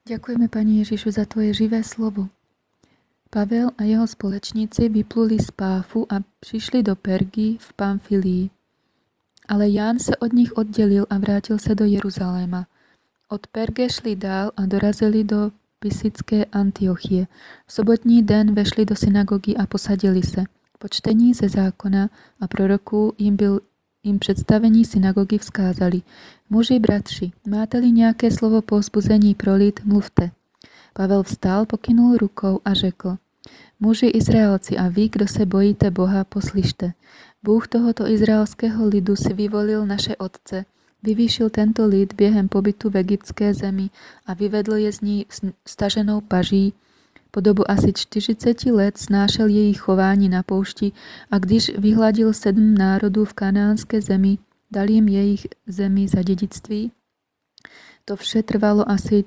Ďakujeme, Pani Ježišu, za Tvoje živé slovo. Pavel a jeho společníci vypluli z Páfu a přišli do Pergy v Pamfilii. Ale Ján se od nich oddělil a vrátil se do Jeruzaléma. Od Perge šli dál a dorazili do Pisické Antiochie. V sobotní den vešli do synagogy a posadili se. Po čtení ze zákona a proroků jim představení synagogy vzkázali: Muži, bratři, máte-li nějaké slovo povzbuzení pro lid, mluvte. Pavel vstal, pokynul rukou a řekl: Muži Izraelci a vy, kdo se bojíte Boha, poslyšte. Bůh tohoto izraelského lidu si vyvolil naše otce, vyvýšil tento lid během pobytu v egyptské zemi a vyvedl je z ní staženou paží. Po dobu asi 40 let snášel jejich chování na poušti a když vyhladil 7 národů v kanánské zemi, dal jim jejich zemi za dědictví. To vše trvalo asi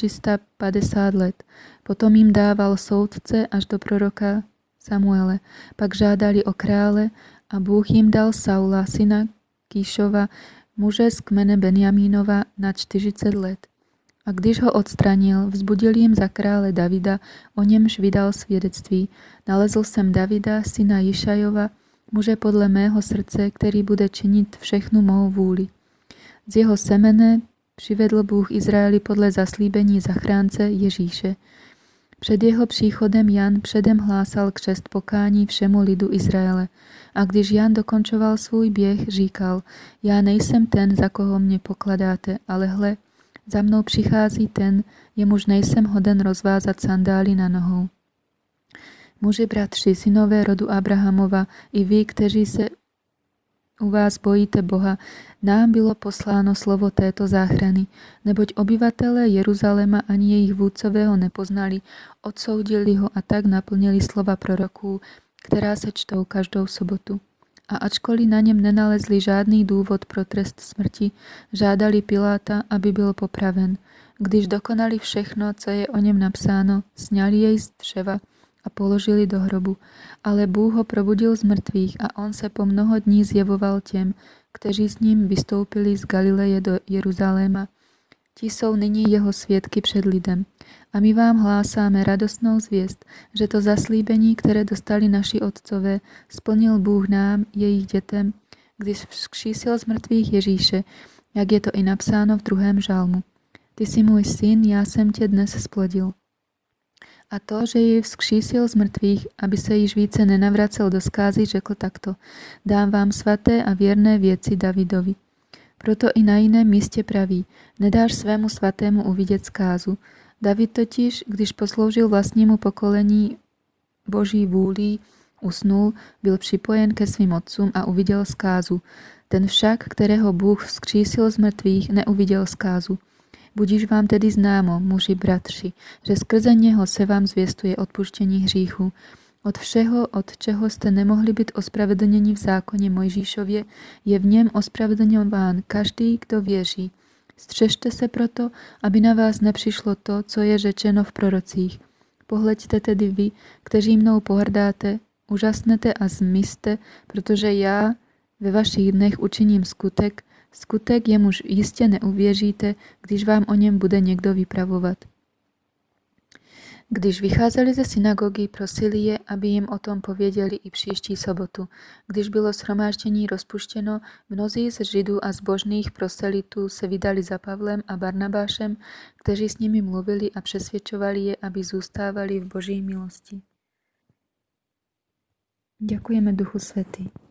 450 let. Potom jim dával soudce až do proroka Samuele. Pak žádali o krále a Bůh jim dal Saula, syna Kíšova, muže z kmene Benjamínova na 40 let. A když ho odstranil, vzbudil jim za krále Davida, o němž vydal svědectví. Nalezl jsem Davida, syna Jišajova, muže podle mého srdce, který bude činit všechnu mou vůli. Z jeho semene přivedl Bůh Izraeli podle zaslíbení zachránce Ježíše. Před jeho příchodem Jan předem hlásal křest pokání všemu lidu Izraele. A když Jan dokončoval svůj běh, říkal: Já nejsem ten, za koho mě pokladáte, ale hle, za mnou přichází ten, jemuž nejsem hoden rozvázat sandály na nohou. Muži, bratři, synové rodu Abrahamova, i vy, kteří se u vás bojíte Boha, nám bylo posláno slovo této záchrany, neboť obyvatelé Jeruzaléma ani jejich vůdcové ho nepoznali, odsoudili ho a tak naplnili slova proroků, která se čtou každou sobotu. A ačkoliv na něm nenalezli žádný důvod pro trest smrti, žádali Piláta, aby byl popraven. Když dokonali všechno, co je o něm napsáno, sňali jej z dřeva a položili do hrobu. Ale Bůh ho probudil z mrtvých a on se po mnoho dní zjevoval těm, kteří s ním vystoupili z Galileje do Jeruzaléma. Ti jsou nyní jeho svědky před lidem. A my vám hlásáme radostnou zvěst, že to zaslíbení, které dostali naši otcové, splnil Bůh nám, jejich dětem, když vzkřísil z mrtvých Ježíše, jak je to i napsáno v 2. žalmu. Ty jsi můj syn, já jsem tě dnes splodil. A to, že ji vzkřísil z mrtvých, aby se již více nenavracel do zkázy, řekl takto: Dám vám svaté a věrné věci Davidovi. Proto i na jiném místě praví: Nedáš svému svatému uvidět zkázu. David totiž, když posloužil vlastnímu pokolení Boží vůlí, usnul, byl připojen ke svým otcům a uviděl zkázu. Ten však, kterého Bůh vzkřísil z mrtvých, neuviděl zkázu. Budiž vám tedy známo, muži, bratři, že skrze něho se vám zvěstuje odpuštění hříchů. Od všeho, od čeho jste nemohli být ospravedlněni v zákoně Mojžíšově, je v něm ospravedlňován každý, kdo věří. Střežte se proto, aby na vás nepřišlo to, co je řečeno v prorocích. Pohleďte tedy vy, kteří mnou pohrdáte, úžasnete a zmizte, protože já ve vašich dnech učiním skutek, jemuž jistě neuvěříte, když vám o něm bude někdo vypravovat. Když vycházeli ze synagogy, prosili je, aby jim o tom pověděli i příští sobotu. Když bylo shromáždění rozpuštěno, mnozí z Židů a zbožných proselitů se vydali za Pavlem a Barnabášem, kteří s nimi mluvili a přesvědčovali je, aby zůstávali v Boží milosti. Ďakujeme, Duchu Svätý.